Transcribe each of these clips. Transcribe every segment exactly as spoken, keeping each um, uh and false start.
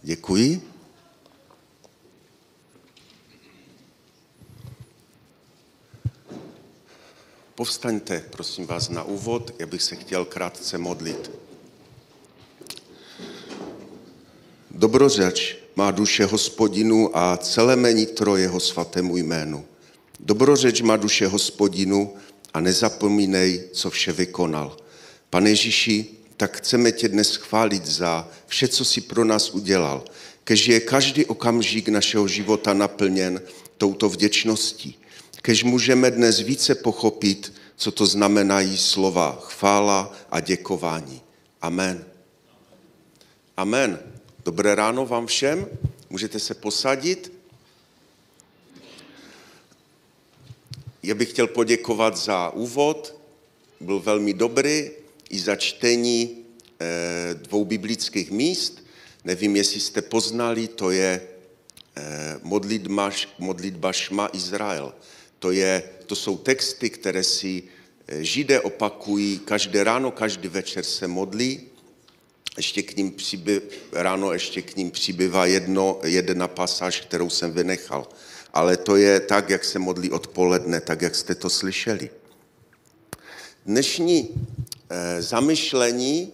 Děkuji. Povstaňte, prosím vás, na úvod, já bych se chtěl krátce modlit. Dobrořeč má duše Hospodinu a celé mé nitro jeho svatému jménu. Dobrořeč má duše Hospodinu a nezapomínej, co vše vykonal. Pane Ježíši, tak chceme tě dnes chválit za vše, co jsi pro nás udělal. Kež je každý okamžik našeho života naplněn touto vděčností. Kež můžeme dnes více pochopit, co to znamenají slova chvála a děkování. Amen. Amen. Dobré ráno vám všem. Můžete se posadit. Já bych chtěl poděkovat za úvod. Byl velmi dobrý i za čtení eh, dvou biblických míst. Nevím, jestli jste poznali, to je eh, modlitba, modlitba Šma Izrael. To, je, to jsou texty, které si Židé opakují každé ráno, každý večer se modlí. Ještě k ním přiby, ráno ještě k ním přibývá jedno, jedna pasáž, kterou jsem vynechal. Ale to je tak, jak se modlí odpoledne, tak, jak jste to slyšeli. Dnešní eh, zamyšlení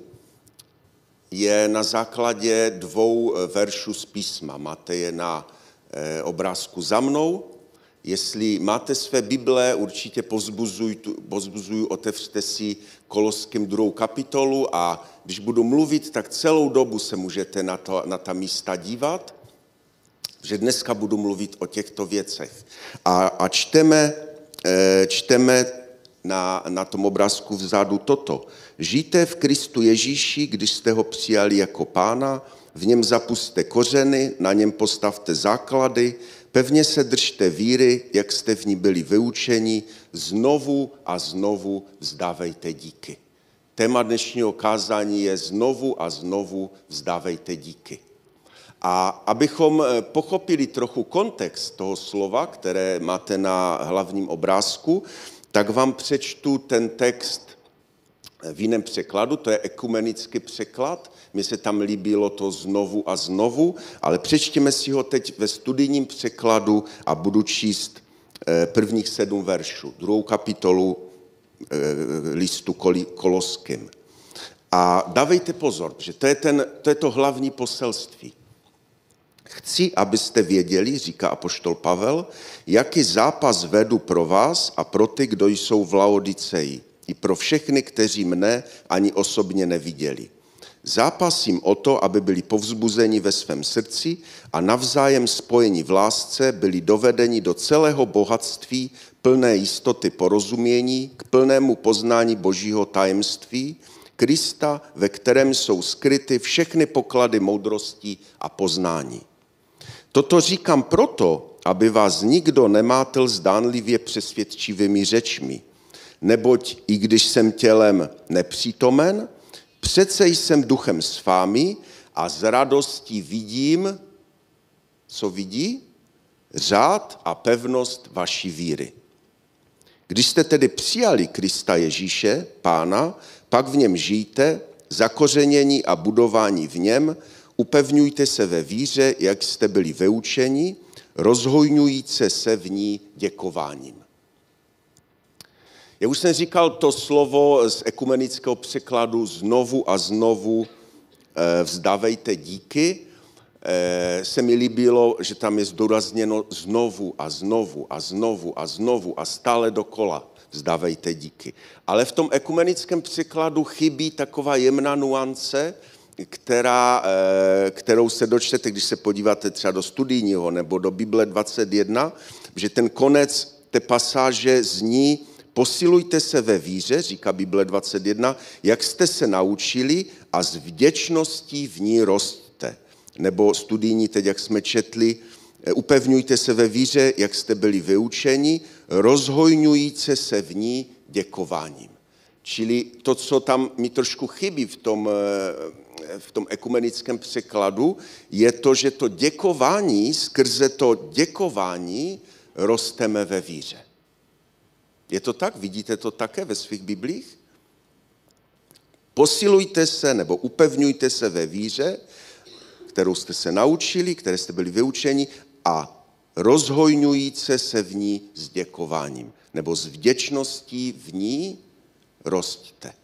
je na základě dvou veršů z písma. Máte je na eh, obrázku za mnou. Jestli máte své Bible, určitě povzbuzuju, otevřte si Koloským druhou kapitolu a když budu mluvit, tak celou dobu se můžete na, to, na ta místa dívat, že dneska budu mluvit o těchto věcech. A, a čteme, čteme na, na tom obrázku vzadu toto. Žijte v Kristu Ježíši, když jste ho přijali jako pána, v něm zapusťte kořeny, na něm postavte základy, pevně se držte víry, jak jste v ní byli vyučeni, znovu a znovu vzdávejte díky. Téma dnešního kázání je znovu a znovu vzdávejte díky. A abychom pochopili trochu kontext toho slova, které máte na hlavním obrázku, tak vám přečtu ten text v jiném překladu, to je ekumenický překlad. Mně se tam líbilo to znovu a znovu, ale přečtěme si ho teď ve studijním překladu a budu číst prvních sedm veršů, druhou kapitolu listu Koloským. A dávejte pozor, že to je, ten, to je to hlavní poselství. Chci, abyste věděli, říká apoštol Pavel, jaký zápas vedu pro vás a pro ty, kdo jsou v Laodiceji, i pro všechny, kteří mne ani osobně neviděli. Zápasím o to, aby byli povzbuzeni ve svém srdci a navzájem spojeni v lásce, byli dovedeni do celého bohatství, plné jistoty porozumění, k plnému poznání Božího tajemství, Krista, ve kterém jsou skryty všechny poklady moudrosti a poznání. Toto říkám proto, aby vás nikdo nemátel zdánlivě přesvědčivými řečmi, neboť i když jsem tělem nepřítomen, přece jsem duchem s vámi a z radostí vidím, co vidí? Řád a pevnost vaší víry. Když jste tedy přijali Krista Ježíše, Pána, pak v něm žijte, zakořenění a budování v něm, upevňujte se ve víře, jak jste byli vyučeni, rozhojňujíce se v ní děkováním. Já už jsem říkal to slovo z ekumenického překladu znovu a znovu vzdávejte díky. Se mi líbilo, že tam je zdůrazněno znovu a znovu a znovu a znovu a stále dokola vzdávejte díky. Ale v tom ekumenickém překladu chybí taková jemná nuance, která, kterou se dočtete, když se podíváte třeba do studijního nebo do Bible dvacet jedna, že ten konec té pasáže zní: posilujte se ve víře, říká Bible dvacet jedna, jak jste se naučili a s vděčností v ní rostte. Nebo studijní, teď jak jsme četli, upevňujte se ve víře, jak jste byli vyučeni, rozhojňujíce se v ní děkováním. Čili to, co tam mi trošku chybí v tom, v tom ekumenickém překladu, je to, že to děkování, skrze to děkování rosteme ve víře. Je to tak? Vidíte to také ve svých biblích? Posilujte se nebo upevňujte se ve víře, kterou jste se naučili, které jste byli vyučeni a rozhojňujíce se v ní s děkováním, nebo s vděčností v ní rostíte.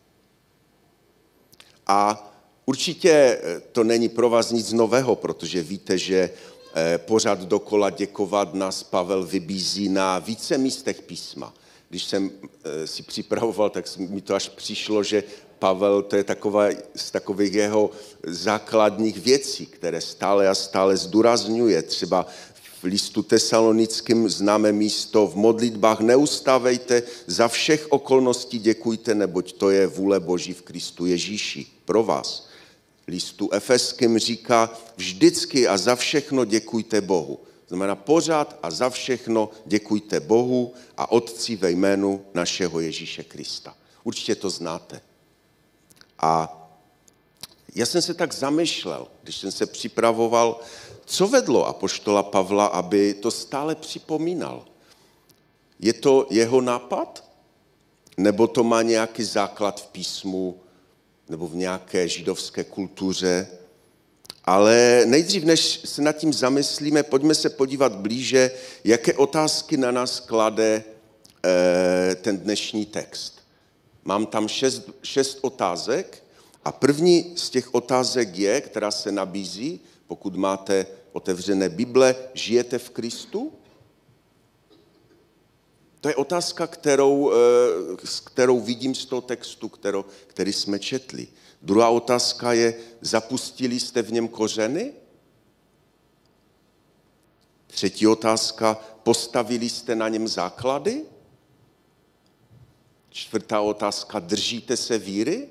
A určitě to není pro vás nic nového, protože víte, že pořád dokola děkovat nás Pavel vybízí na více místech písma. Když jsem si připravoval, tak mi to až přišlo, že Pavel, to je taková, z takových jeho základních věcí, které stále a stále zdůrazňuje. Třeba v listu tesalonickým známe místo: v modlitbách neustávejte, za všech okolností děkujte, neboť to je vůle Boží v Kristu Ježíši pro vás. Listu efeským říká: vždycky a za všechno děkujte Bohu. Znamená pořád a za všechno děkujte Bohu a Otci ve jménu našeho Ježíše Krista. Určitě to znáte. A já jsem se tak zamýšlel, když jsem se připravoval, co vedlo apoštola Pavla, aby to stále připomínal. Je to jeho nápad? Nebo to má nějaký základ v písmu nebo v nějaké židovské kultuře? Ale nejdřív, než se nad tím zamyslíme, pojďme se podívat blíže, jaké otázky na nás klade eh, ten dnešní text. Mám tam šest, šest otázek a první z těch otázek je, která se nabízí, pokud máte otevřené Bible: žijete v Kristu? To je otázka, kterou, kterou vidím z toho textu, kterou, který jsme četli. Druhá otázka je: zapustili jste v něm kořeny? Třetí otázka: postavili jste na něm základy? Čtvrtá otázka: držíte se víry?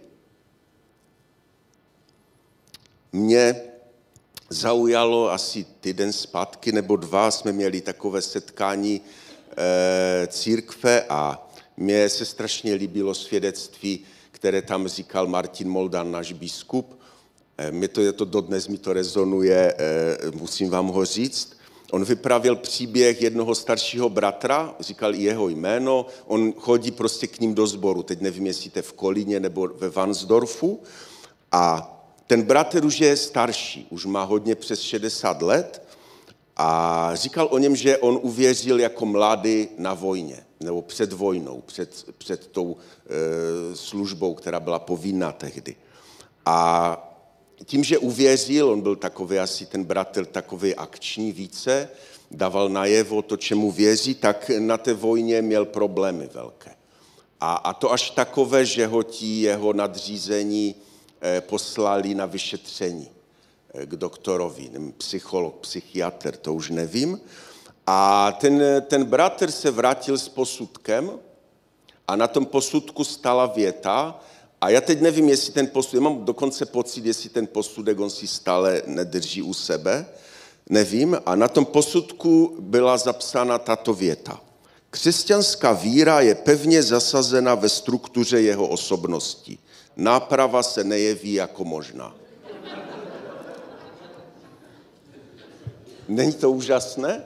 Mě zaujalo asi týden zpátky nebo dva, jsme měli takové setkání e, církve a mně se strašně líbilo svědectví, které tam říkal Martin Moldan, náš biskup. E, mě to, je to dodnes, mi to rezonuje, e, musím vám ho říct. On vyprávěl příběh jednoho staršího bratra, říkal i jeho jméno, on chodí prostě k ním do sboru, teď nevím, jestli to je v Kolíně nebo ve Vansdorfu, a ten bratr už je starší, už má hodně přes šedesát let a říkal o něm, že on uvěřil jako mladý na vojně, nebo před vojnou, před, před tou e, službou, která byla povinná tehdy. A tím, že uvěřil, on byl takový asi ten bratr takový akční více, dával najevo to, čemu věří, tak na té vojně měl problémy velké. A, a to až takové, že ho ti jeho nadřízení poslali na vyšetření k doktorovi, psycholog, psychiatr, to už nevím. A ten, ten bratr se vrátil s posudkem a na tom posudku stala věta, a já teď nevím, jestli ten posudek, mám dokonce pocit, jestli ten posudek on si stále nedrží u sebe, nevím, a na tom posudku byla zapsána tato věta: křesťanská víra je pevně zasazena ve struktuře jeho osobnosti. Náprava se nejeví jako možná. Není to úžasné?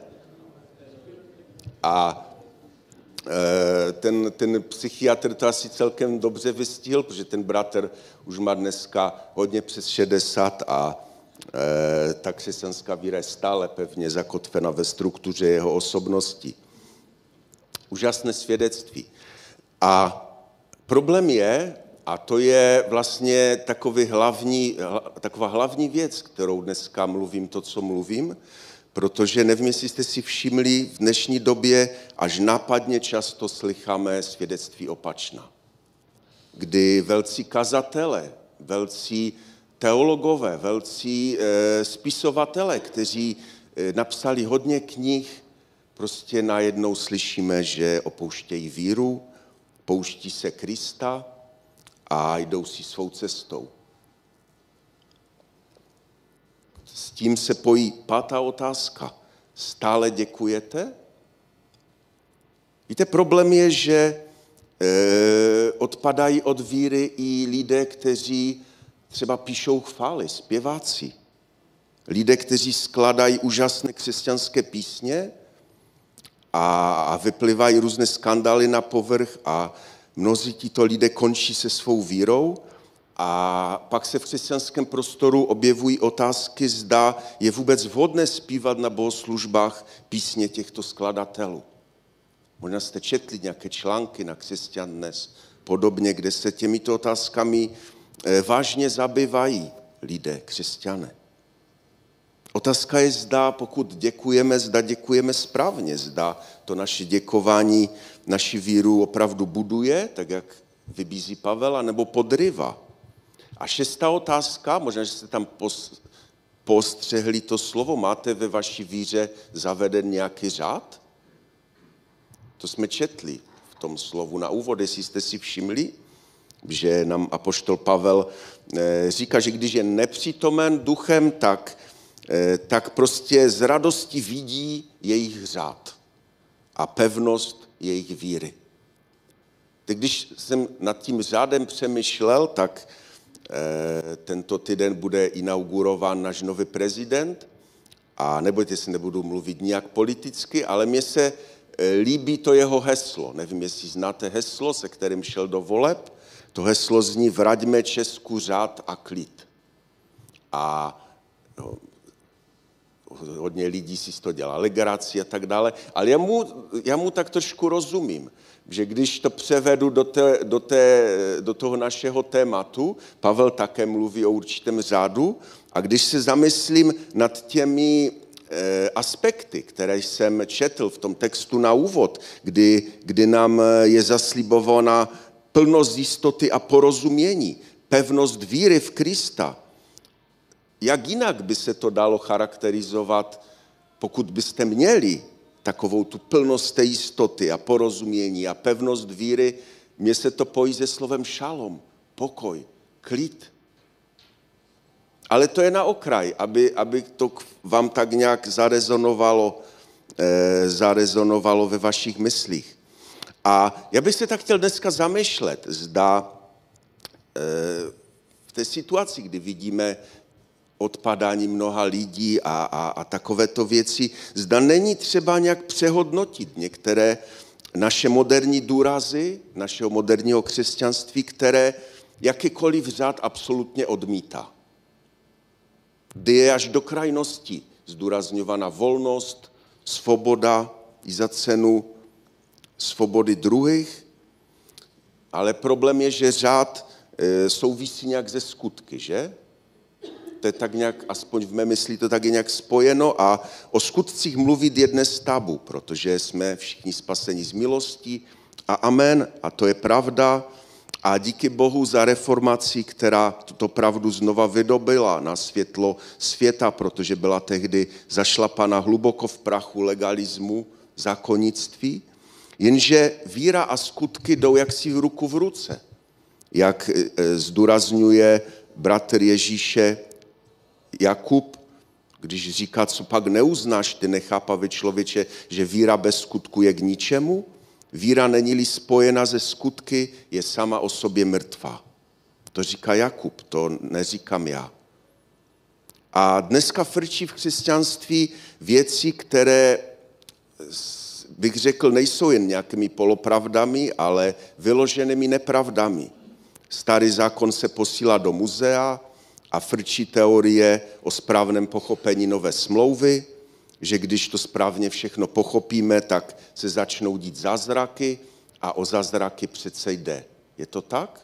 A e, ten, ten psychiatr to asi celkem dobře vystihl, protože ten bratr už má dneska hodně přes šedesát a e, ta křesťanská víra je stále pevně zakotvena ve struktuře jeho osobnosti. Úžasné svědectví. A problém je, a to je vlastně takový hlavní, taková hlavní věc, kterou dneska mluvím to, co mluvím, protože nevím, jestli jste si všimli, v dnešní době až nápadně často slycháme svědectví opačná. Kdy velcí kazatele, velcí teologové, velcí e, spisovatelé, kteří e, napsali hodně knih, prostě najednou slyšíme, že opouštějí víru, pouští se Krista a jdou si svou cestou. S tím se pojí pátá otázka. Stále děkujete? Víte, problém je, že e, odpadají od víry i lidé, kteří třeba píšou chvály, zpěváci. Lidé, kteří skladají úžasné křesťanské písně a, a vyplivají různé skandály na povrch a mnozí tito lidé končí se svou vírou A pak se v křesťanském prostoru objevují otázky, zda je vůbec vhodné zpívat na bohoslužbách písně těchto skladatelů. Možná jste četli nějaké články na Křesťan dnes, podobně, kde se těmito otázkami vážně zabývají lidé, křesťané. Otázka je, zda pokud děkujeme, zda děkujeme správně, zda to naše děkování naši víru opravdu buduje, tak jak vybízí Pavel, nebo podryvá. A šestá otázka, možná, že jste tam postřehli to slovo, máte ve vaší víře zaveden nějaký řád? To jsme četli v tom slovu na úvod, jestli jste si všimli, že nám apoštol Pavel říká, že když je nepřítomen duchem, tak, tak prostě z radosti vidí jejich řád a pevnost jejich víry. Teď když jsem nad tím řádem přemýšlel, tak tento týden bude inaugurován náš nový prezident a nebojte se, nebudu mluvit nijak politicky, ale mně se líbí to jeho heslo. Nevím, jestli znáte heslo, se kterým šel do voleb. To heslo zní: vraťme Česku řád a klid. A no, hodně lidí si z toho dělá legraci a tak dále, ale já mu, já mu tak trošku rozumím, že když to převedu do, té, do, té, do toho našeho tématu, Pavel také mluví o určitém řádu, a když se zamyslím nad těmi eh, aspekty, které jsem četl v tom textu na úvod, kdy, kdy nám je zaslibována plnost jistoty a porozumění, pevnost víry v Krista, jak jinak by se to dalo charakterizovat, pokud byste měli takovou tu plnost té jistoty a porozumění a pevnost víry, mně se to pojí se slovem šalom, pokoj, klid. Ale to je na okraj, aby, aby to vám tak nějak zarezonovalo, eh, zarezonovalo ve vašich myslích. A já bych se tak chtěl dneska zamýšlet, zda eh, v té situaci, kdy vidíme odpadání mnoha lidí a, a, a takovéto věci, zda není třeba nějak přehodnotit některé naše moderní důrazy, našeho moderního křesťanství, které jakýkoliv řád absolutně odmítá. Kdy je až do krajnosti zdůrazňována volnost, svoboda i za cenu svobody druhých, ale problém je, že řád e, souvisí nějak ze skutky, že? To je tak nějak, aspoň v mé mysli to tak je nějak spojeno, a o skutcích mluvit je dnes tabu, protože jsme všichni spaseni z milosti a amen, a to je pravda, a díky Bohu za reformaci, která tuto pravdu znova vydobila na světlo světa, protože byla tehdy zašlapaná hluboko v prachu legalismu, zákonnictví, jenže víra a skutky jdou jaksi v ruku v ruce, jak zdůrazňuje bratr Ježíše Jakub, když říká, co pak neuznáš, ty nechápavý člověče, že víra bez skutku je k ničemu? Víra není-li spojena ze skutky, je sama o sobě mrtvá. To říká Jakub, to neříkám já. A dneska frčí v křesťanství věci, které, bych řekl, nejsou jen nějakými polopravdami, ale vyloženými nepravdami. Starý zákon se posílá do muzea a frčí teorie o správném pochopení nové smlouvy, že když to správně všechno pochopíme, tak se začnou dít zázraky a o zázraky přece jde. Je to tak?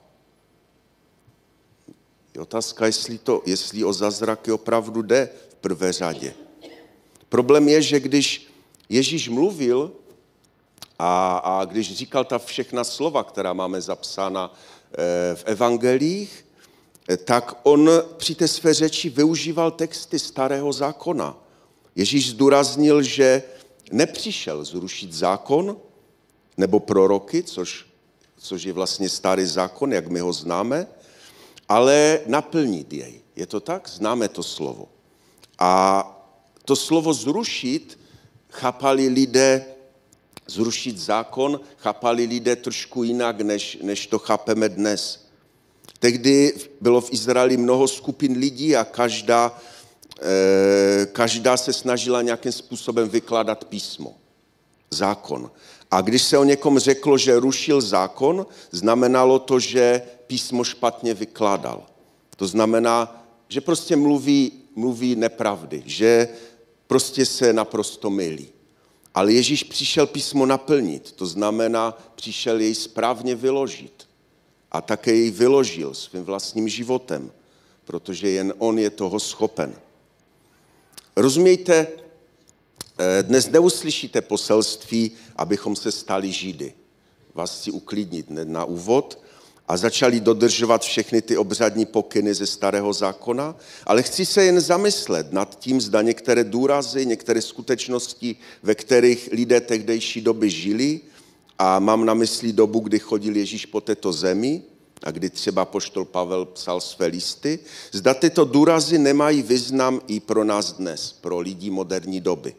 Je otázka, jestli, to, jestli o zázraky opravdu jde v prvé řadě. Problém je, že když Ježíš mluvil a, a když říkal ta všechna slova, která máme zapsána e, v evangelích, e, tak on při té své řeči využíval texty starého zákona. Ježíš zdůraznil, že nepřišel zrušit zákon nebo proroky, což, což je vlastně starý zákon, jak my ho známe, ale naplnit jej. Je to tak? Známe to slovo. A to slovo zrušit chápali lidé, zrušit zákon, chápali lidé trošku jinak, než, než to chápeme dnes. Tehdy bylo v Izraeli mnoho skupin lidí a každá Každá se snažila nějakým způsobem vykládat písmo. zákon. A když se o někom řeklo, že rušil zákon, znamenalo to, že písmo špatně vykládal. To znamená, že prostě mluví, mluví nepravdy, že prostě se naprosto mylí. Ale Ježíš přišel písmo naplnit, to znamená, přišel jej správně vyložit. A také jej vyložil svým vlastním životem, protože jen on je toho schopen. Rozumějte, dnes neuslyšíte poselství, abychom se stali Židy. Vás chci uklidnit na úvod a začali dodržovat všechny ty obřadní pokyny ze Starého zákona, ale chci se jen zamyslet nad tím, zda některé důrazy, některé skutečnosti, ve kterých lidé tehdejší doby žili, a mám na mysli dobu, kdy chodil Ježíš po této zemi a kdy třeba apoštol Pavel psal své listy, zda tyto důrazy nemají význam i pro nás dnes, pro lidi moderní doby.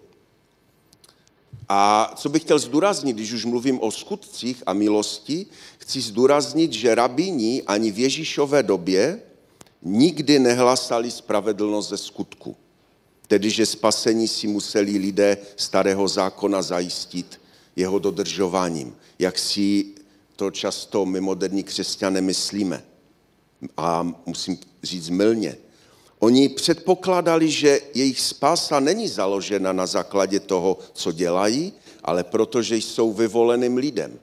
A co bych chtěl zdůraznit, když už mluvím o skutcích a milosti, chci zdůraznit, že rabíni ani v Ježíšové době nikdy nehlasali spravedlnost ze skutku. Tedy, že spasení si museli lidé Starého zákona zajistit jeho dodržováním, jak si to často my moderní křesťané myslíme. A musím říct mylně. Oni předpokládali, že jejich spása není založena na základě toho, co dělají, ale protože jsou vyvoleným lidem.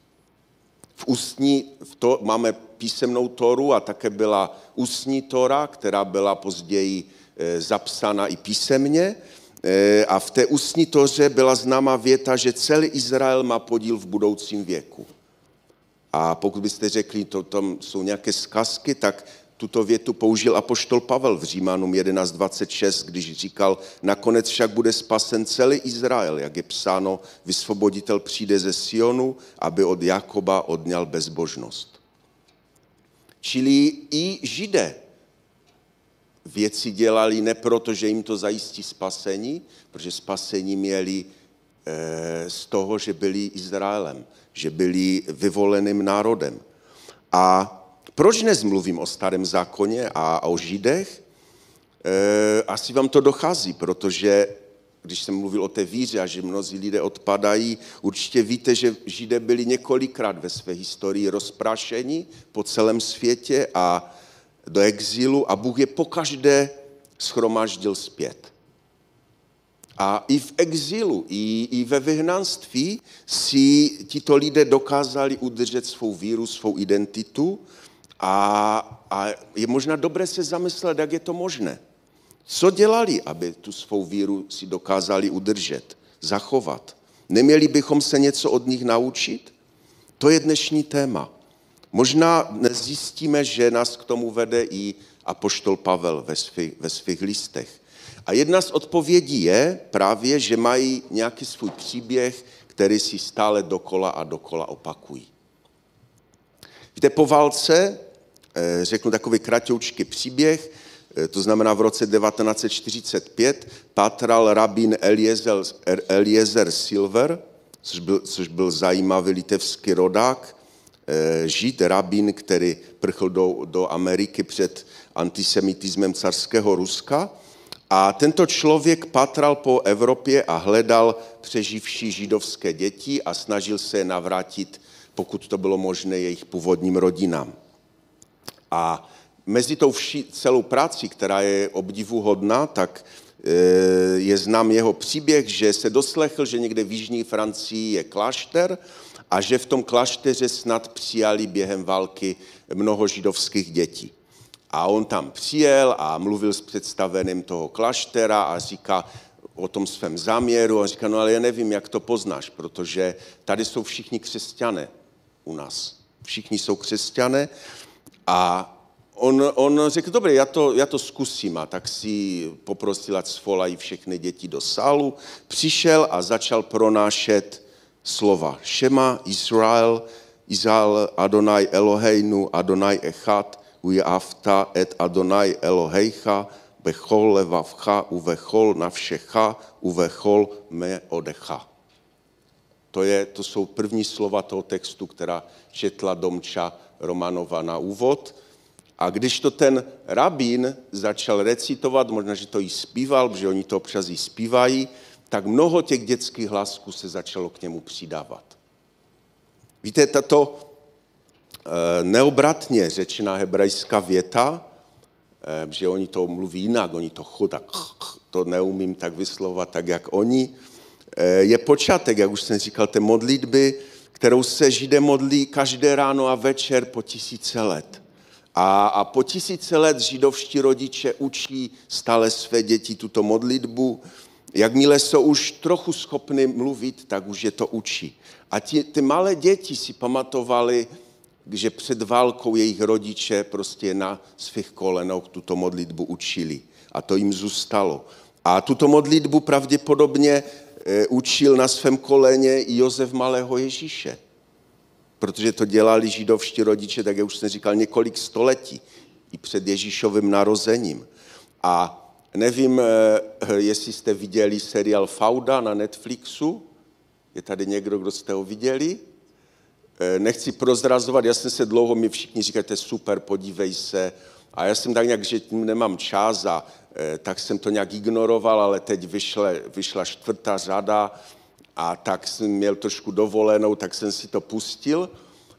V ústní, v to, máme písemnou Tóru a také byla ústní Tóra, která byla později e, zapsána i písemně. E, a v té ústní Tóře byla známá věta, že celý Izrael má podíl v budoucím věku. A pokud byste řekli, to tam jsou nějaké zkazky, tak tuto větu použil apoštol Pavel v Římanům jedenáct dvacet šest, když říkal, nakonec však bude spasen celý Izrael, jak je psáno, vysvoboditel přijde ze Sionu, aby od Jakoba odňal bezbožnost. Čili i Židé věci dělali ne proto, že jim to zajistí spasení, protože spasení měli e, z toho, že byli Izraelem, že byli vyvoleným národem. A proč dnes mluvím o Starém zákoně a o Židech? E, asi vám to dochází, protože když jsem mluvil o té víře a že mnozí lidé odpadají, určitě víte, že Židé byli několikrát ve své historii rozprášeni po celém světě a do exilu a Bůh je pokaždé shromáždil zpět. A i v exilu, i, i ve vyhnanství si tito lidé dokázali udržet svou víru, svou identitu a, a je možná dobré se zamyslet, jak je to možné. Co dělali, aby tu svou víru si dokázali udržet, zachovat? Neměli bychom se něco od nich naučit? To je dnešní téma. Možná zjistíme, že nás k tomu vede i apoštol Pavel ve svých, ve svých listech. A jedna z odpovědí je právě, že mají nějaký svůj příběh, který si stále dokola a dokola opakují. Víte, po válce, řeknu takový kratoučký příběh, to znamená v roce devatenáct set čtyřicet pět pátral rabín Eliezer, Eliezer Silver, což byl, což byl zajímavý litevský rodák, Žid, rabín, který prchl do, do Ameriky před antisemitismem carského Ruska. A tento člověk pátral po Evropě a hledal přeživší židovské děti a snažil se je navrátit, pokud to bylo možné, jejich původním rodinám. A mezi tou vší, celou práci, která je obdivuhodná, tak je znám jeho příběh, že se doslechl, že někde v jižní Francii je klášter a že v tom klášteře snad přijali během války mnoho židovských dětí. A on tam přijel a mluvil s představeným toho kláštera a říká o tom svém záměru a říká, no ale já nevím, jak to poznáš, protože tady jsou všichni křesťané u nás. Všichni jsou křesťané a on, on řekl, dobré, já to, já to zkusím a tak si poprosil, ať svolají všechny děti do sálu. Přišel a začal pronášet slova. Šema Israel, Izrael Adonai Eloheinu, Adonai Echad, Ujafta et Adonai Eloheicha, bechol levavcha, uvechol navšecha, uvechol me odecha. To, je, to jsou první slova toho textu, která četla Domča Romanova na úvod. A když to ten rabín začal recitovat, možná, že to jí zpíval, protože oni to občas jí zpívají, tak mnoho těch dětských hlasků se začalo k němu přidávat. Víte, tato e, neobratně řečená hebrejská věta, e, že oni to mluví jinak, oni to chudak, to neumím tak vyslovovat tak, jak oni, e, je počátek, jak už jsem říkal, té modlitby, kterou se Židé modlí každé ráno a večer po tisíce let. A, a po tisíce let židovští rodiče učí stále své děti tuto modlitbu. Jakmile jsou už trochu schopni mluvit, tak už je to učí. A ti, ty malé děti si pamatovali, že před válkou jejich rodiče prostě na svých kolenách tuto modlitbu učili. A to jim zůstalo. A tuto modlitbu pravděpodobně e, učil na svém koleně i Josef malého Ježíše. Protože to dělali židovští rodiče, tak jak už jsem říkal, několik století i před Ježíšovým narozením. A nevím, jestli jste viděli seriál Fauda na Netflixu. Je tady někdo, kdo jste ho viděli? Nechci prozrazovat, já jsem se dlouho, mi všichni říkají, to je super, podívej se. A já jsem tak nějak, že tím nemám čas a tak jsem to nějak ignoroval, ale teď vyšla, vyšla čtvrtá řada a tak jsem měl trošku dovolenou, tak jsem si to pustil.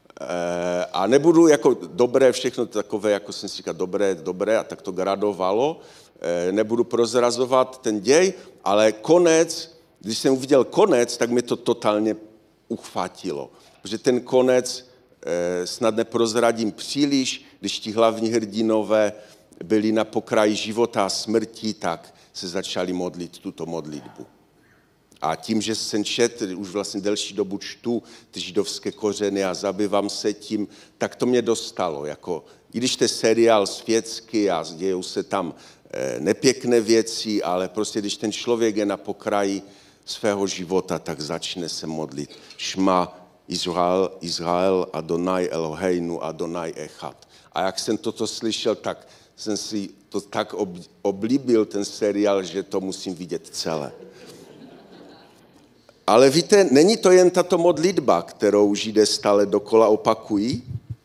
A nebudu jako dobré, všechno takové, jako jsem si říkal, dobré, dobré, a tak to gradovalo. Nebudu prozrazovat ten děj, ale konec, když jsem uviděl konec, tak mi to totálně uchvátilo. Protože ten konec snad neprozradím příliš, když ti hlavní hrdinové byli na pokraji života a smrti, tak se začali modlit tuto modlitbu. A tím, že jsem četl, už vlastně delší dobu čtu ty židovské kořeny a zabývám se tím, tak to mě dostalo. Jako, i když to je seriál světský a dějou se tam e, nepěkné věci, ale prostě když ten člověk je na pokraji svého života, tak začne se modlit. Šma Izrael, Izrael Adonai Eloheinu Adonai Echad. A jak jsem toto slyšel, tak jsem si to tak oblíbil, ten seriál, že to musím vidět celé. Ale víte, není to jen tato modlitba, kterou Židé stále dokola opakují,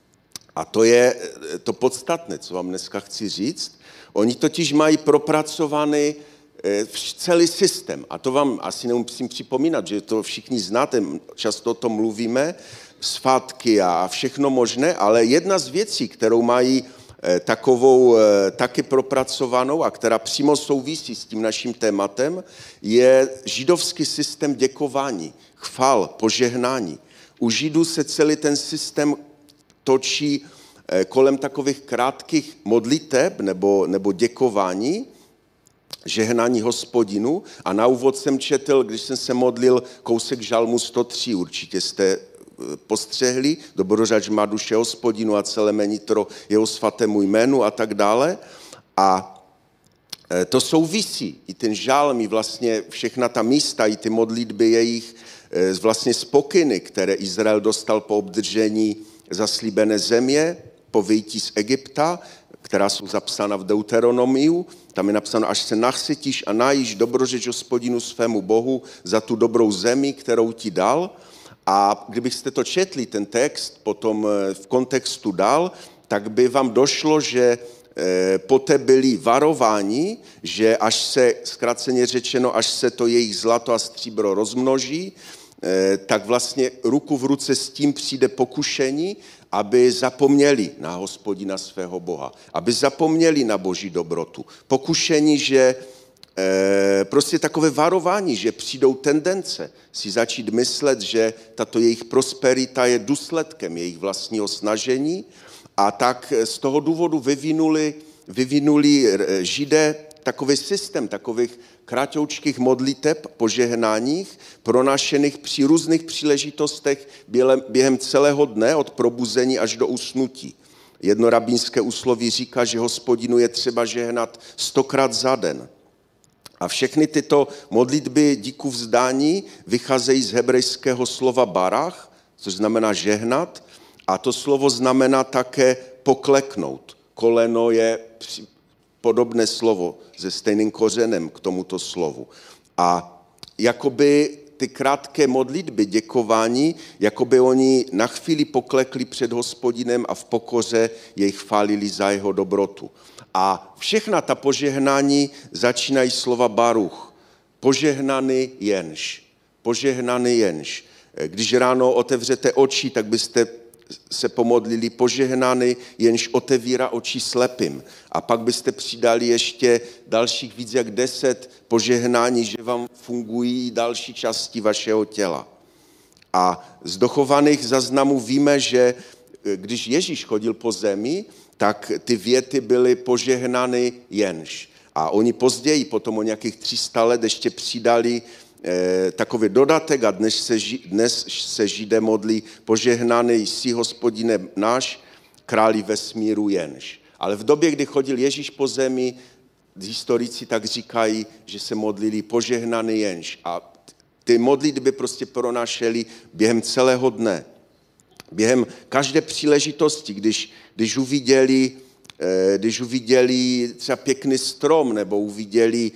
a to je to podstatné, co vám dneska chci říct. Oni totiž mají propracovaný celý systém, a to vám asi nemusím připomínat, že to všichni znáte, často o tom mluvíme, svátky a všechno možné, ale jedna z věcí, kterou mají takovou taky propracovanou a která přímo souvisí s tím naším tématem, je židovský systém děkování, chval, požehnání. U Židů se celý ten systém točí kolem takových krátkých modliteb nebo, nebo děkování, žehnání Hospodinu. A na úvod jsem četl, když jsem se modlil, kousek žalmu sto tři, určitě jste postřehli, dobrořač má duše Hospodinu a celé mé nitro jeho svatému jménu a tak dále. A to souvisí, i ten žálm, i vlastně všechna ta místa, i ty modlitby jejich vlastně z pokyny, které Izrael dostal po obdržení zaslíbené země, po vyjití z Egypta, která jsou zapsána v Deuteronomiu. Tam je napsáno, až se nasytíš a najíš, dobrořeč Hospodinu svému Bohu za tu dobrou zemi, kterou ti dal. A kdybyste to četli, ten text, potom v kontextu dál, tak by vám došlo, že poté byli varováni, že až se, zkráceně řečeno, až se to jejich zlato a stříbro rozmnoží, tak vlastně ruku v ruce s tím přijde pokušení, aby zapomněli na Hospodina svého Boha, aby zapomněli na Boží dobrotu. Pokušení, že e, prostě takové varování, že přijdou tendence si začít myslet, že tato jejich prosperita je důsledkem jejich vlastního snažení, a tak z toho důvodu vyvinuli, vyvinuli Židé takový systém takových kratoučkých modliteb, požehnáních, pronášených při různých příležitostech během celého dne, od probuzení až do usnutí. Jedno rabínské úsloví říká, že Hospodinu je třeba žehnat stokrát za den. A všechny tyto modlitby díku vzdání vycházejí z hebrejského slova barach, což znamená žehnat, a to slovo znamená také pokleknout. Koleno je podobné slovo se stejným kořenem k tomuto slovu. A jakoby ty krátké modlitby, děkování, jakoby oni na chvíli poklekli před Hospodinem a v pokoře jej chválili za jeho dobrotu. A všechna ta požehnání začínají slova baruch. požehnaný jenž. Požehnaný jenž. Když ráno otevřete oči, tak byste se pomodlili požehnaný, jenž otevírá oči slepým. A pak byste přidali ještě dalších víc jak deset požehnání, že vám fungují další části vašeho těla. A z dochovaných záznamů víme, že když Ježíš chodil po zemi, tak ty věty byly požehnaný jenž. A oni později, potom o nějakých tři sta let, ještě přidali eh, takový dodatek a dnes se, dnes se Židé modlí požehnaný jsi, Hospodine náš, králi vesmíru jenž. Ale v době, kdy chodil Ježíš po zemi, historici tak říkají, že se modlili požehnaný jenž. A ty modlitby prostě pronášeli během celého dne. Během každé příležitosti, když, když uviděli, když uviděli třeba pěkný strom, nebo uviděli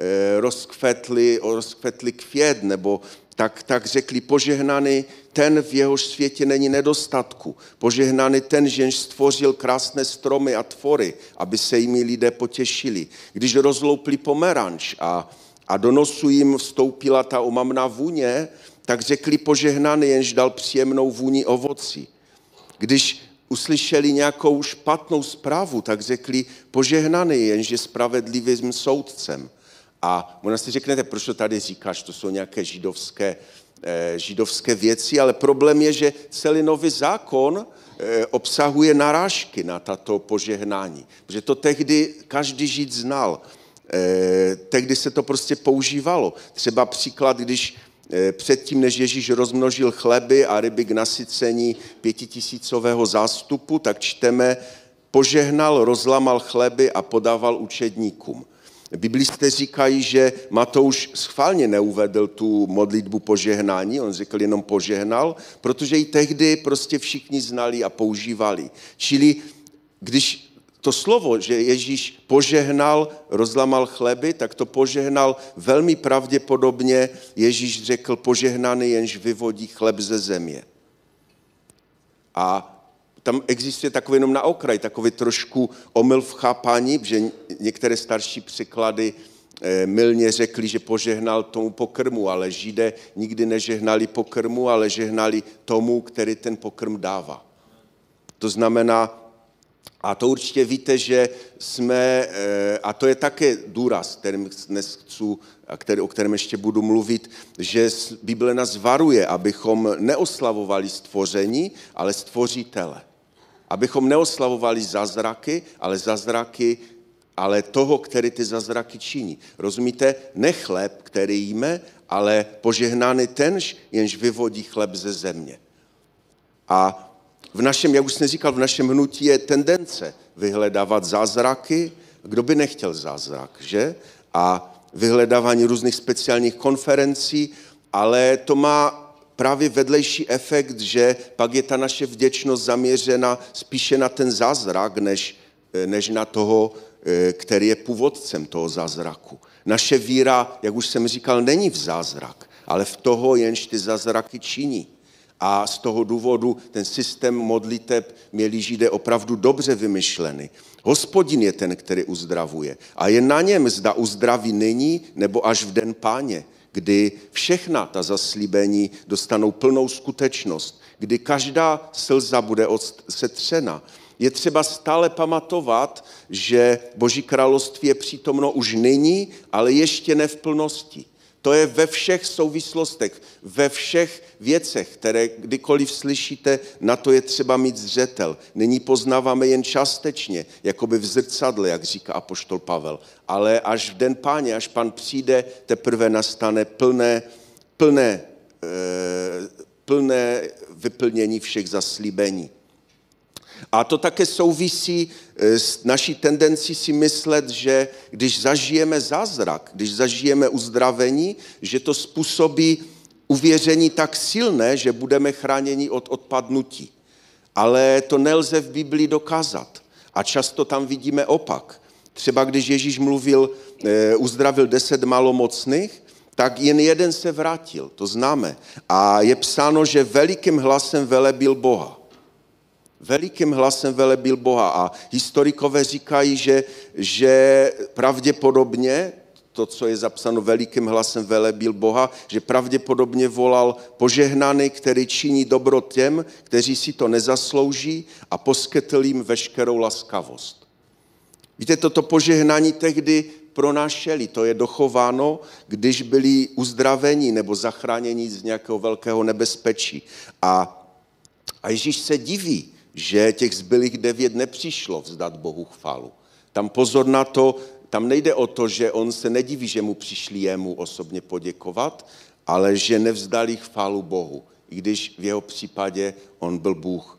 rozkvetli, rozkvetli květ, nebo tak, tak řekli požehnaný ten, v jehož světě není nedostatku. Požehnaný ten, jenž stvořil krásné stromy a tvory, aby se jimi lidé potěšili. Když rozloupli pomeranč a, a do nosu jim vstoupila ta omamná vůně, tak řekli požehnaný, jenž dal příjemnou vůni ovoci. Když uslyšeli nějakou špatnou zprávu, tak řekli požehnaný, jenž je spravedlivým soudcem. A možná si řeknete, proč to tady říkáš, to jsou nějaké židovské, eh, židovské věci, ale problém je, že celý nový zákon eh, obsahuje narážky na tato požehnání. Protože to tehdy každý Žid znal. Eh, tehdy se to prostě používalo. Třeba příklad, když předtím, než Ježíš rozmnožil chleby a ryby k nasycení pětitisícového zástupu, tak čteme, požehnal, rozlamal chleby a podával učedníkům. Biblisté říkají, že Matouš schválně neuvedl tu modlitbu požehnání, on řekl jenom požehnal, protože ji tehdy prostě všichni znali a používali. Čili když to slovo, že Ježíš požehnal, rozlamal chleby, tak to požehnal velmi pravděpodobně. Ježíš řekl požehnaný, jenž vyvodí chleb ze země. A tam existuje takový jenom na okraj, takový trošku omyl v chápání, že některé starší překlady mylně řekli, že požehnal tomu pokrmu, ale Židé nikdy nežehnali pokrmu, ale žehnali tomu, který ten pokrm dává. To znamená, a to určitě víte, že jsme, a to je také důraz, kterým dnes chci, který, o kterém ještě budu mluvit, že Bible nás varuje, abychom neoslavovali stvoření, ale stvořitele. Abychom neoslavovali zázraky, ale zázraky, ale toho, který ty zázraky činí. Rozumíte? Ne chléb, který jíme, ale požehnaný tenž, jenž vyvodí chleb ze země. A v našem, jak už jsem říkal, v našem hnutí je tendence vyhledávat zázraky. Kdo by nechtěl zázrak, že? A vyhledávání různých speciálních konferencí, ale to má právě vedlejší efekt, že pak je ta naše vděčnost zaměřena spíše na ten zázrak, než, než na toho, který je původcem toho zázraku. Naše víra, jak už jsem říkal, není v zázrak, ale v toho, jenž ty zázraky činí. A z toho důvodu ten systém modliteb měli Židé opravdu dobře vymyšlený. Hospodin je ten, který uzdravuje. A je na něm, zda uzdraví nyní, nebo až v den Páně, kdy všechna ta zaslíbení dostanou plnou skutečnost, kdy každá slza bude setřena. Je třeba stále pamatovat, že Boží království je přítomno už nyní, ale ještě ne v plnosti. To je ve všech souvislostech, ve všech věcech, které kdykoliv slyšíte, na to je třeba mít zřetel. Nyní poznáváme jen částečně, jakoby v zrcadle, jak říká apoštol Pavel. Ale až v den Páně, až Pán přijde, teprve nastane plné, plné, e, plné vyplnění všech zaslíbení. A to také souvisí s naší tendencí si myslet, že když zažijeme zázrak, když zažijeme uzdravení, že to způsobí uvěření tak silné, že budeme chráněni od odpadnutí. Ale to nelze v Biblii dokázat. A často tam vidíme opak. Třeba když Ježíš mluvil, uzdravil deset malomocných, tak jen jeden se vrátil, to známe. A je psáno, že velikým hlasem velebil Boha. Velikým hlasem velebil Boha a historikové říkají, že, že pravděpodobně to, co je zapsáno velikým hlasem velebil Boha, že pravděpodobně volal požehnaný, který činí dobro těm, kteří si to nezaslouží a poskytl jim veškerou laskavost. Víte, toto požehnání tehdy pronášeli, to je dochováno, když byli uzdraveni nebo zachráněni z nějakého velkého nebezpečí. A, a Ježíš se diví, že těch zbylých devět nepřišlo vzdat Bohu chválu. Tam pozor na to, tam nejde o to, že on se nediví, že mu přišli jemu osobně poděkovat, ale že nevzdali chválu Bohu, i když v jeho případě on byl Bůh.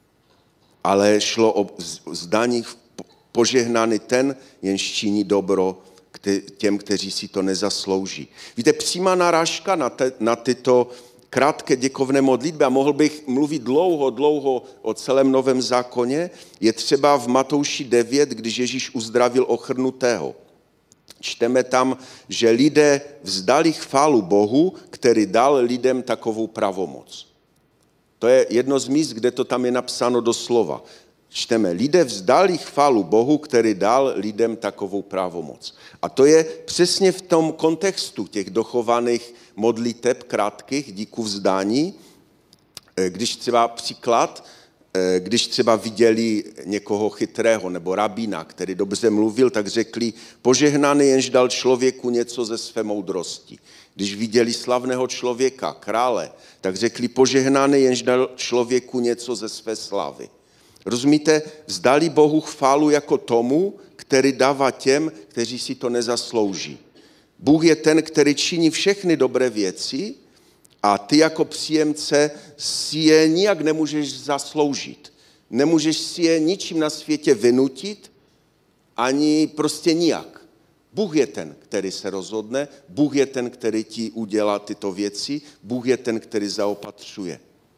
Ale šlo o vzdání požehnaný ten, jenž činí dobro těm, kteří si to nezaslouží. Víte, přímá narážka na, te, na tyto krátké děkovné modlitby, a mohl bych mluvit dlouho, dlouho o celém Novém zákoně, je třeba v Matouši devět, když Ježíš uzdravil ochrnutého. Čteme tam, že lidé vzdali chválu Bohu, který dal lidem takovou pravomoc. To je jedno z míst, kde to tam je napsáno doslova. Čteme, lidé vzdali chválu Bohu, který dal lidem takovou pravomoc. A to je přesně v tom kontextu těch dochovaných modliteb krátkých díku vzdání, když třeba příklad, když třeba viděli někoho chytrého nebo rabína, který dobře mluvil, tak řekli, požehnaný, jenž dal člověku něco ze své moudrosti. Když viděli slavného člověka, krále, tak řekli, požehnaný, jenž dal člověku něco ze své slávy. Rozumíte, vzdali Bohu chválu jako tomu, který dává těm, kteří si to nezaslouží. Bůh je ten, který činí všechny dobré věci a ty jako příjemce si je nijak nemůžeš zasloužit. Nemůžeš si je ničím na světě vynutit, ani prostě nijak. Bůh je ten, který se rozhodne, Bůh je ten, který ti udělá tyto věci, Bůh je ten, který zaopatřuje.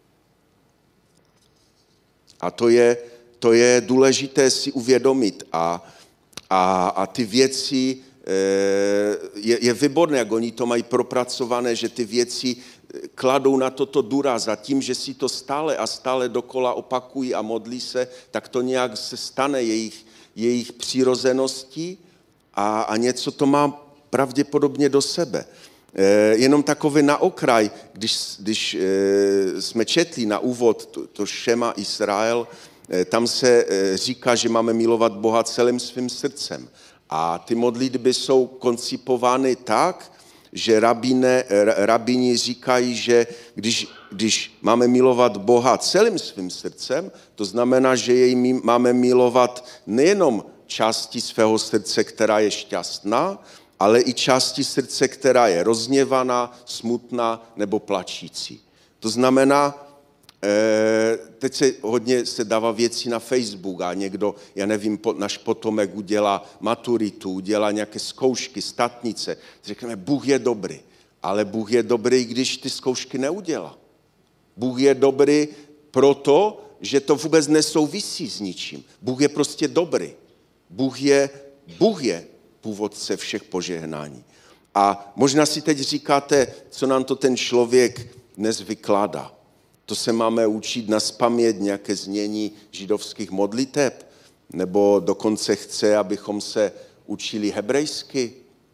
A to je, to je důležité si uvědomit. A, a, a ty věci, je, je výborné, jak oni to mají propracované, že ty věci kladou na toto důraz a tím, že si to stále a stále dokola opakují a modlí se, tak to nějak se stane jejich, jejich přirozeností a, a něco to má pravděpodobně do sebe. Jenom takový na okraj, když, když jsme četli na úvod to, to Šema Izrael, tam se říká, že máme milovat Boha celým svým srdcem. A ty modlitby jsou koncipovány tak, že rabíne, rabíni říkají, že když, když máme milovat Boha celým svým srdcem, to znamená, že jej máme milovat nejenom části svého srdce, která je šťastná, ale i části srdce, která je rozněvaná, smutná nebo plačící. To znamená, teď se hodně se dává věci na Facebook a někdo, já nevím, náš potomek udělá maturitu, udělá nějaké zkoušky, statnice. Řekneme, Bůh je dobrý, ale Bůh je dobrý, když ty zkoušky neudělá. Bůh je dobrý proto, že to vůbec nesouvisí s ničím. Bůh je prostě dobrý. Bůh je, Bůh je původce všech požehnání. A možná si teď říkáte, co nám to ten člověk dnes vykládá. To se máme učit nazpamět nějaké znění židovských modliteb, nebo dokonce chce, abychom se učili hebrejsky?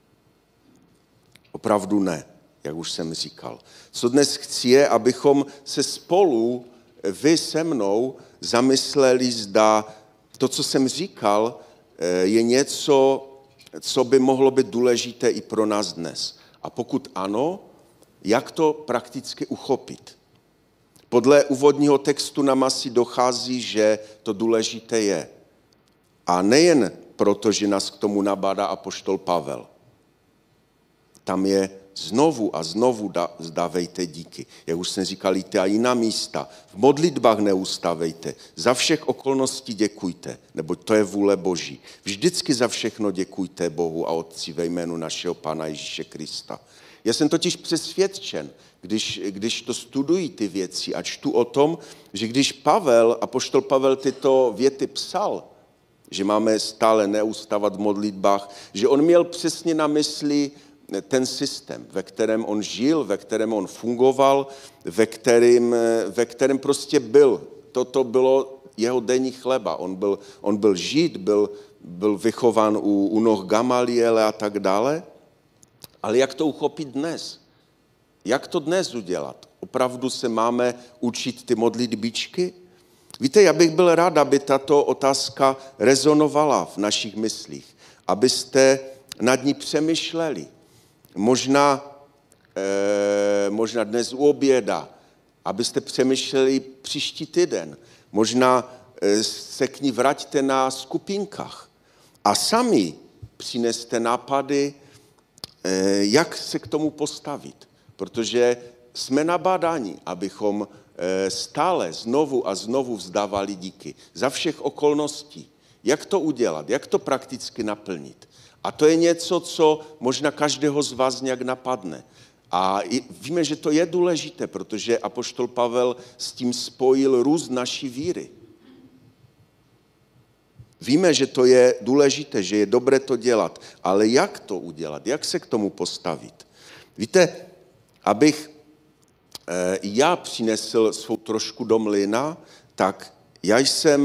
Opravdu ne, jak už jsem říkal. Co dnes chci je, abychom se spolu, vy se mnou, zamysleli, zda to, co jsem říkal, je něco, co by mohlo být důležité i pro nás dnes. A pokud ano, jak to prakticky uchopit? Podle úvodního textu nám asi dochází, že to důležité je. A nejen proto, že nás k tomu nabádá apoštol Pavel. Tam je znovu a znovu zdávejte díky. Jak už jsem říkal, jděte a jiná místa. V modlitbách neustávejte. Za všech okolností děkujte, neboť to je vůle Boží. Vždycky za všechno děkujte Bohu a Otci ve jménu našeho Pána Ježíše Krista. Já jsem totiž přesvědčen, když, když to studují ty věci a čtu o tom, že když Pavel, apoštol Pavel tyto věty psal, že máme stále neustávat v modlitbách, že on měl přesně na mysli ten systém, ve kterém on žil, ve kterém on fungoval, ve kterém, ve kterém prostě byl. Toto bylo jeho denní chleba. On byl, on byl žid, byl, byl vychován u, u noh Gamaliele a tak dále. Ale jak to uchopit dnes? Jak to dnes udělat? Opravdu se máme učit ty modlitbičky? Víte, já bych byl rád, aby tato otázka rezonovala v našich myslích, abyste nad ní přemýšleli. Možná, eh, možná dnes u oběda, abyste přemýšleli příští týden. Možná eh, se k ní vraťte na skupinkách a sami přineste nápady, eh, jak se k tomu postavit. Protože jsme nabádáni, abychom stále znovu a znovu vzdávali díky za všech okolností. Jak to udělat? Jak to prakticky naplnit? A to je něco, co možná každého z vás nějak napadne. A víme, že to je důležité, protože apoštol Pavel s tím spojil růst naší víry. Víme, že to je důležité, že je dobré to dělat, ale jak to udělat? Jak se k tomu postavit? Víte, abych já přinesl svou trošku do mlyna, tak já jsem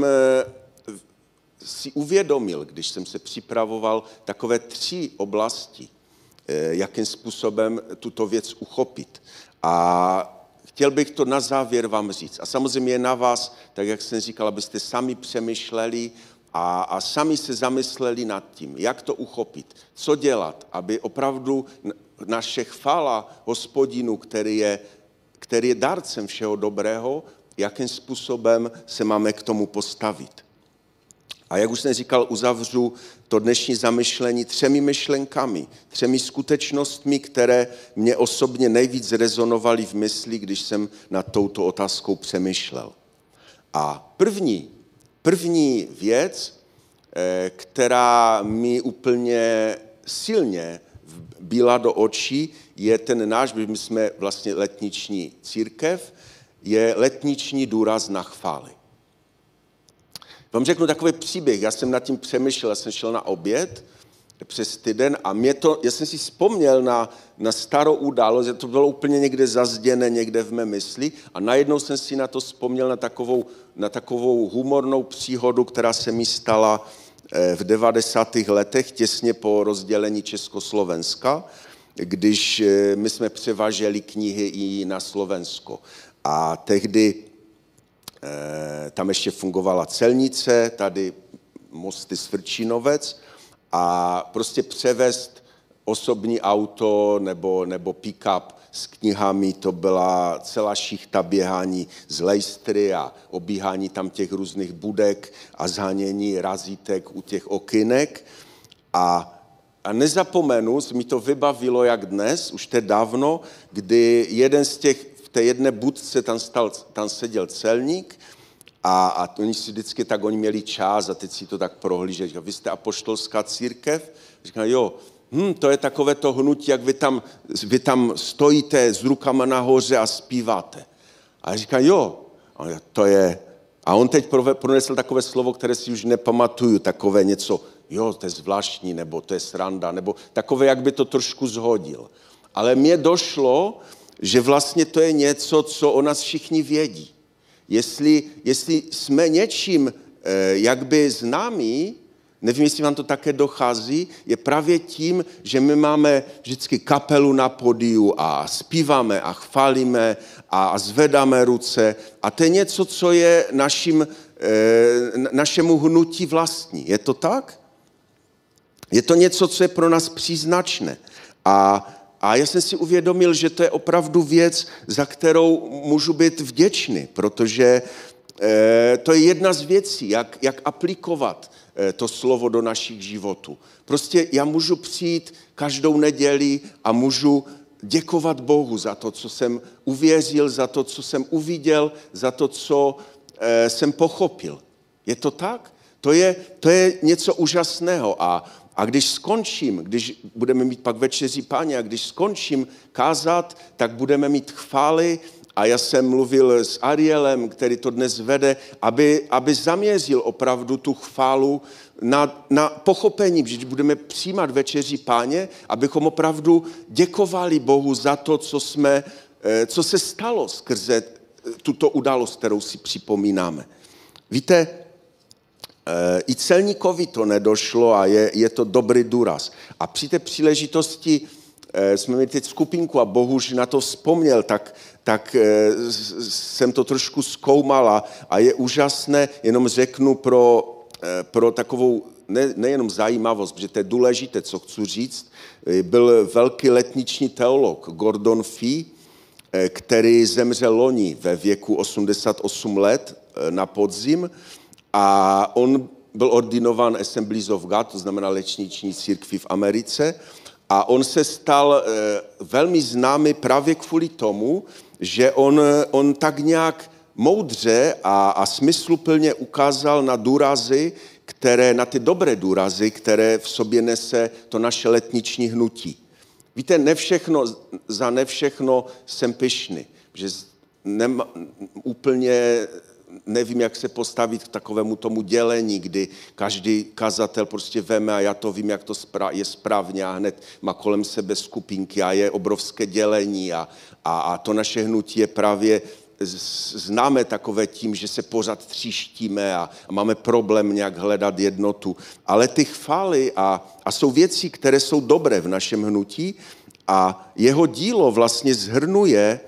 si uvědomil, když jsem se připravoval, takové tři oblasti, jakým způsobem tuto věc uchopit. A chtěl bych to na závěr vám říct. A samozřejmě je na vás, tak jak jsem říkal, abyste sami přemýšleli a, a sami se zamysleli nad tím, jak to uchopit, co dělat, aby opravdu naše chvála Hospodinu, který je který je dárcem všeho dobrého, jakým způsobem se máme k tomu postavit. A jak už jsem říkal, uzavřu to dnešní zamyšlení třemi myšlenkami, třemi skutečnostmi, které mě osobně nejvíc rezonovaly v mysli, když jsem nad touto otázkou přemýšlel. A první, první věc, která mi úplně silně byla do očí, je ten náš, my jsme vlastně letniční církev, je letniční důraz na chvály. Vám řeknu takový příběh, já jsem nad tím přemýšlel, já jsem šel na oběd přes týden a mě to, já jsem si vzpomněl na, na starou událost, že to bylo úplně někde zazděné, někde v mé mysli a najednou jsem si na to vzpomněl na takovou, na takovou humornou příhodu, která se mi stala v devadesátých letech, těsně po rozdělení Československa, když my jsme převáželi knihy i na Slovensko. A tehdy eh, tam ještě fungovala celnice, tady Mosty Svrčinovec a prostě převést osobní auto nebo, nebo pick-up s knihami, to byla celá šichta běhání z lejstry a obíhání tam těch různých budek a zhanění razítek u těch okynek. A, a nezapomenu, mi to vybavilo jak dnes, už to dávno, kdy jeden z těch, v té jedné budce tam, stal, tam seděl celník a, a oni si vždycky tak, oni měli čas a teď si to tak prohlíželi. Vy jste apoštolská církev? Říkal, jo, hm, to je takové to hnutí, jak vy tam, vy tam stojíte s rukama nahoře a zpíváte. A říká, jo, to je... A on teď pronesl takové slovo, které si už nepamatuju, takové něco, jo, to je zvláštní, nebo to je sranda, nebo takové, jak by to trošku zhodil. Ale mně došlo, že vlastně to je něco, co o nás všichni vědí. Jestli, jestli jsme něčím jak by známí, nevím, jestli vám to také dochází, je právě tím, že my máme vždycky kapelu na podiu a zpíváme a chválíme a zvedáme ruce. A to je něco, co je našim, e, našemu hnutí vlastní. Je to tak? Je to něco, co je pro nás příznačné. A, a já jsem si uvědomil, že to je opravdu věc, za kterou můžu být vděčný, protože e, to je jedna z věcí, jak, jak aplikovat to slovo do našich životů. Prostě já můžu přijít každou neděli a můžu děkovat Bohu za to, co jsem uvěřil, za to, co jsem uviděl, za to, co e, jsem pochopil. Je to tak? To je, to je něco úžasného. A, a když skončím, když budeme mít pak večeři Páně, a když skončím kázat, tak budeme mít chvály. A já jsem mluvil s Arielem, který to dnes vede, aby, aby zaměřil opravdu tu chválu na, na pochopení, když budeme přijímat večeři Páně, abychom opravdu děkovali Bohu za to, co, jsme, co se stalo skrze tuto událost, kterou si připomínáme. Víte, i celníkovi to nedošlo a je, je to dobrý důraz. A při té příležitosti jsme měli teď skupinku a Bohuž na to vzpomněl, tak, tak jsem to trošku zkoumal a je úžasné, jenom řeknu pro, pro takovou ne, nejenom zajímavost, protože to je důležité, co chci říct, byl velký letniční teolog Gordon Fee, který zemřel loni ve věku osmdesát osm let na podzim a on byl ordinován Assemblies of God, to znamená letniční církvi v Americe, a on se stal velmi známý právě kvůli tomu, že on, on tak nějak moudře a, a smysluplně ukázal na důrazy, které, na ty dobré důrazy, které v sobě nese to naše letniční hnutí. Víte, ne všechno, za ne všechno jsem pyšný, že nema, úplně nevím, jak se postavit k takovému tomu dělení, kdy každý kazatel prostě veme a já to vím, jak to je správně a hned má kolem sebe skupinky a je obrovské dělení a, a, a to naše hnutí je právě známe takové tím, že se pořád tříštíme a, a máme problém nějak hledat jednotu. Ale ty chvály a, a jsou věci, které jsou dobré v našem hnutí a jeho dílo vlastně shrnuje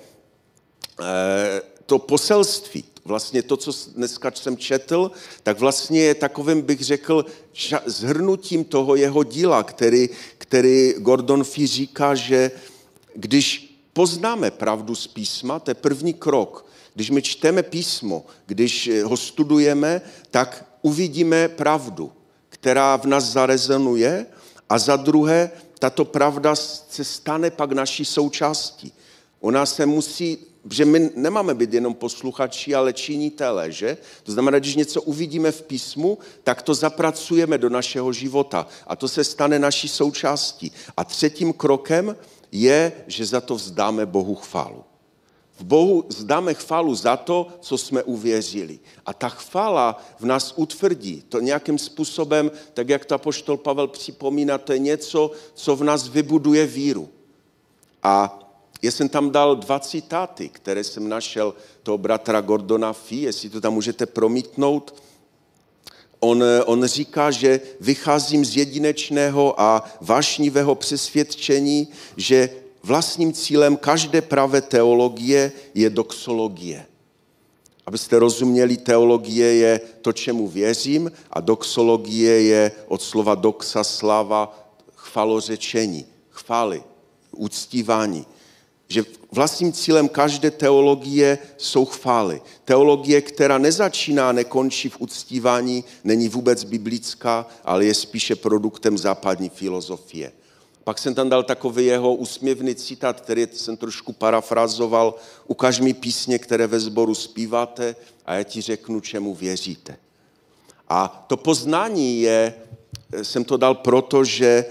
eh, to poselství. Vlastně to, co dneska jsem četl, tak vlastně je takovým, bych řekl, shrnutím toho jeho díla, který, který Gordon Fee říká, že když poznáme pravdu z písma, to je první krok. Když my čteme písmo, když ho studujeme, tak uvidíme pravdu, která v nás zarezonuje a za druhé, tato pravda se stane pak naší součástí. Ona se musí, že my nemáme být jenom posluchači, ale činitelé, že? To znamená, když něco uvidíme v písmu, tak to zapracujeme do našeho života a to se stane naší součástí. A třetím krokem je, že za to vzdáme Bohu chválu. V Bohu vzdáme chválu za to, co jsme uvěřili. A ta chvála v nás utvrdí. To nějakým způsobem, tak jak to apoštol Pavel připomíná, to je něco, co v nás vybuduje víru. A já jsem tam dal dva citáty, které jsem našel toho bratra Gordona Fee, jestli to tam můžete promítnout. On, on říká, že vycházím z jedinečného a vášnivého přesvědčení, že vlastním cílem každé pravé teologie je doxologie. Abyste rozuměli, teologie je to, čemu věřím, a doxologie je od slova doxa, sláva, chvalořečení, chvály, uctívání. Že vlastním cílem každé teologie jsou chvály. Teologie, která nezačíná, nekončí v uctívání, není vůbec biblická, ale je spíše produktem západní filozofie. Pak jsem tam dal takový jeho úsměvný citát, který jsem trošku parafrazoval. Ukaž mi písně, které ve sboru zpíváte a já ti řeknu, čemu věříte. A to poznání je, jsem to dal proto, že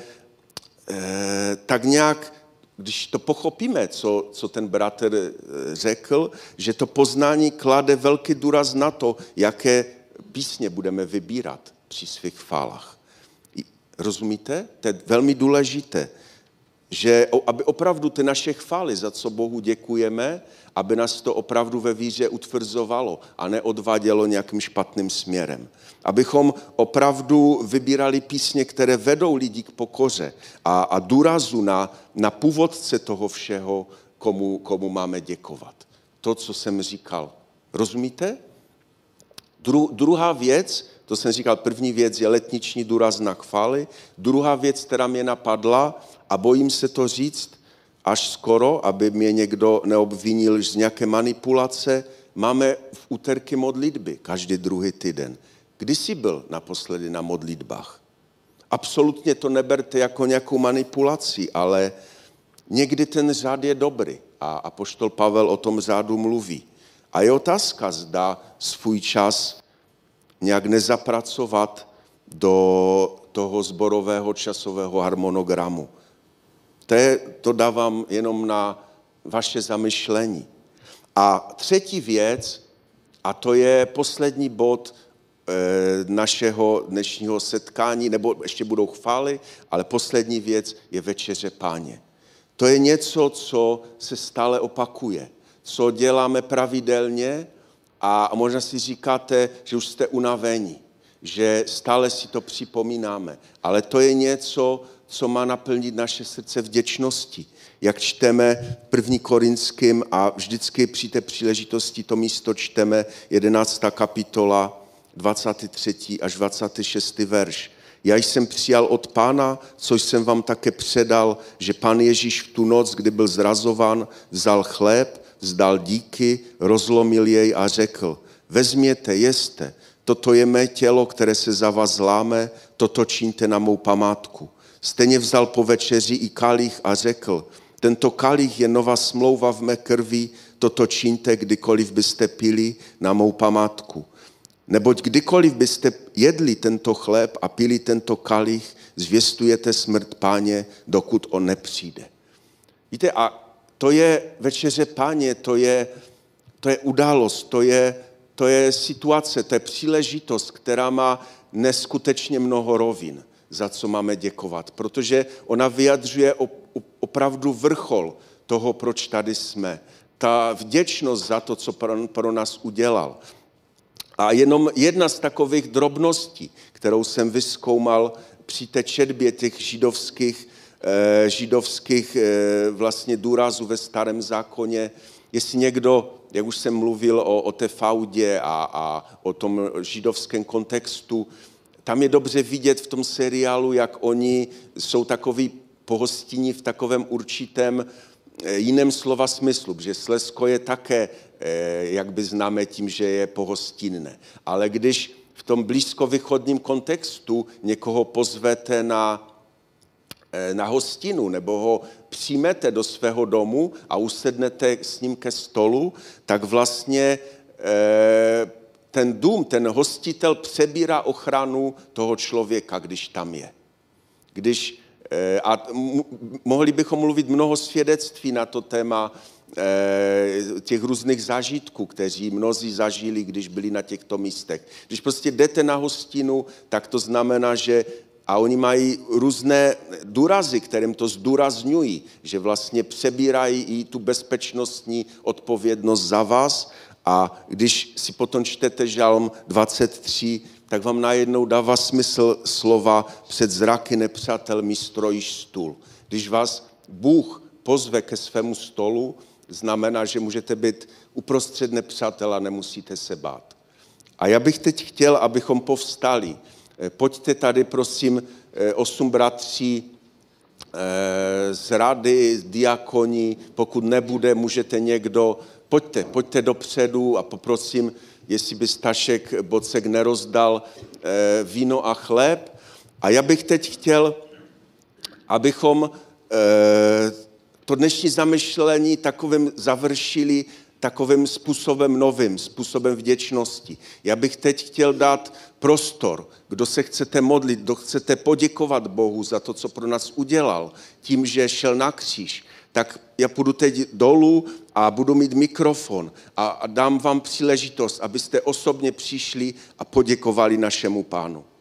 eh, tak nějak když to pochopíme, co, co ten bratr řekl, že to poznání klade velký důraz na to, jaké písně budeme vybírat při svých chválách. Rozumíte? To je velmi důležité, že aby opravdu ty naše chvály, za co Bohu děkujeme, aby nás to opravdu ve víře utvrzovalo a neodvádělo nějakým špatným směrem. Abychom opravdu vybírali písně, které vedou lidi k pokoře a, a důrazu na, na původce toho všeho, komu, komu máme děkovat. To, co jsem říkal. Rozumíte? Dru, druhá věc, to jsem říkal, první věc je letniční důraz na chvály. Druhá věc, která mě napadla, a bojím se to říct až skoro, aby mě někdo neobvinil z nějaké manipulace, máme v úterky modlitby každý druhý týden. Kdy jsi byl naposledy na modlitbách? Absolutně to neberte jako nějakou manipulaci, ale někdy ten řád je dobrý a apoštol Pavel o tom řádu mluví. A je otázka, zda svůj čas nějak nezapracovat do toho sborového časového harmonogramu. To, je, to dávám jenom na vaše zamyšlení. A třetí věc, a to je poslední bod e, našeho dnešního setkání, nebo ještě budou chvály, ale poslední věc je večeře Páně. To je něco, co se stále opakuje, co děláme pravidelně a možná si říkáte, že už jste unavení, že stále si to připomínáme, ale to je něco, co má naplnit naše srdce vděčnosti. Jak čteme první Korinským a vždycky při té příležitosti to místo čteme jedenáctá kapitola, dvacátý třetí až dvacátý šestý verš. Já jsem přijal od Pána, co jsem vám také předal, že Pán Ježíš v tu noc, kdy byl zrazován, vzal chléb, vzdal díky, rozlomil jej a řekl, vezměte, jeste, toto je mé tělo, které se za vás zláme, toto čiňte na mou památku. Stejně vzal po večeři i kalich a řekl, tento kalich je nová smlouva v mé krvi, toto čiňte, kdykoliv byste pili na mou památku. Neboť kdykoliv byste jedli tento chléb a pili tento kalich, zvěstujete smrt Páně, dokud on nepřijde. Víte, a to je večeře Páně, to je, to je událost, to je, to je situace, to je příležitost, která má neskutečně mnoho rovin, za co máme děkovat, protože ona vyjadřuje opravdu vrchol toho, proč tady jsme. Ta vděčnost za to, co pro, pro nás udělal. A jenom jedna z takových drobností, kterou jsem vyzkoumal při té četbě těch židovských, eh, židovských eh, vlastně důrazů ve Starém zákoně, jestli někdo, jak už jsem mluvil o, o té faudě a, a o tom židovském kontextu, tam je dobře vidět v tom seriálu, jak oni jsou takový pohostinní v takovém určitém jiném slova smyslu, že Slezsko je také, jak by známe tím, že je pohostinné. Ale když v tom blízkovýchodním kontextu někoho pozvete na, na hostinu nebo ho přijmete do svého domu a usednete s ním ke stolu, tak vlastně ten dům, ten hostitel přebírá ochranu toho člověka, když tam je. Když A mohli bychom mluvit mnoho svědectví na to téma těch různých zážitků, kteří mnozí zažili, když byli na těchto místech. Když prostě jdete na hostinu, tak to znamená, že a oni mají různé důrazy, kterým to zdůrazňují, že vlastně přebírají i tu bezpečnostní odpovědnost za vás. A když si potom čtete Žalm dvacet tři, tak vám najednou dává smysl slova před zraky nepřátel mi strojíš stůl. Když vás Bůh pozve ke svému stolu, znamená, že můžete být uprostřed nepřátel a nemusíte se bát. A já bych teď chtěl, abychom povstali. Pojďte tady, prosím, osm bratří z rady, z diakoní, pokud nebude, můžete někdo, pojďte, pojďte dopředu a poprosím, jestli by Stašek Bocek nerozdal e, víno a chléb. A já bych teď chtěl, abychom e, to dnešní zamyšlení takovým završili takovým způsobem novým, způsobem vděčnosti. Já bych teď chtěl dát prostor, kdo se chcete modlit, kdo chcete poděkovat Bohu za to, co pro nás udělal, tím, že šel na kříž, tak já půjdu teď dolů a budu mít mikrofon a, a dám vám příležitost, abyste osobně přišli a poděkovali našemu Pánu.